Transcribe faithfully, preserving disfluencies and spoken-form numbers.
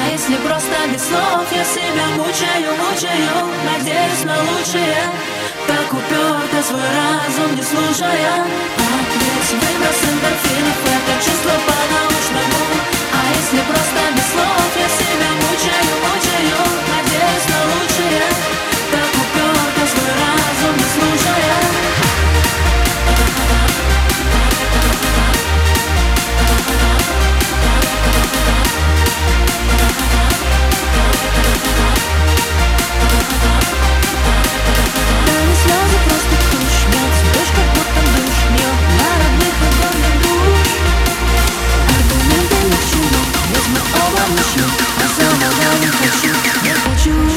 если просто без слов я себя мучаю, мучаю, надеюсь на лучшее, так уперто свой разум не слушая. А ведь выброс эндорфинов — это чувство по-научному. А если просто без слов я себя мучаю, мучаю, надеюсь на лучшее, так уперто свой разум не слушая. А замолвать не хочу, не хочу.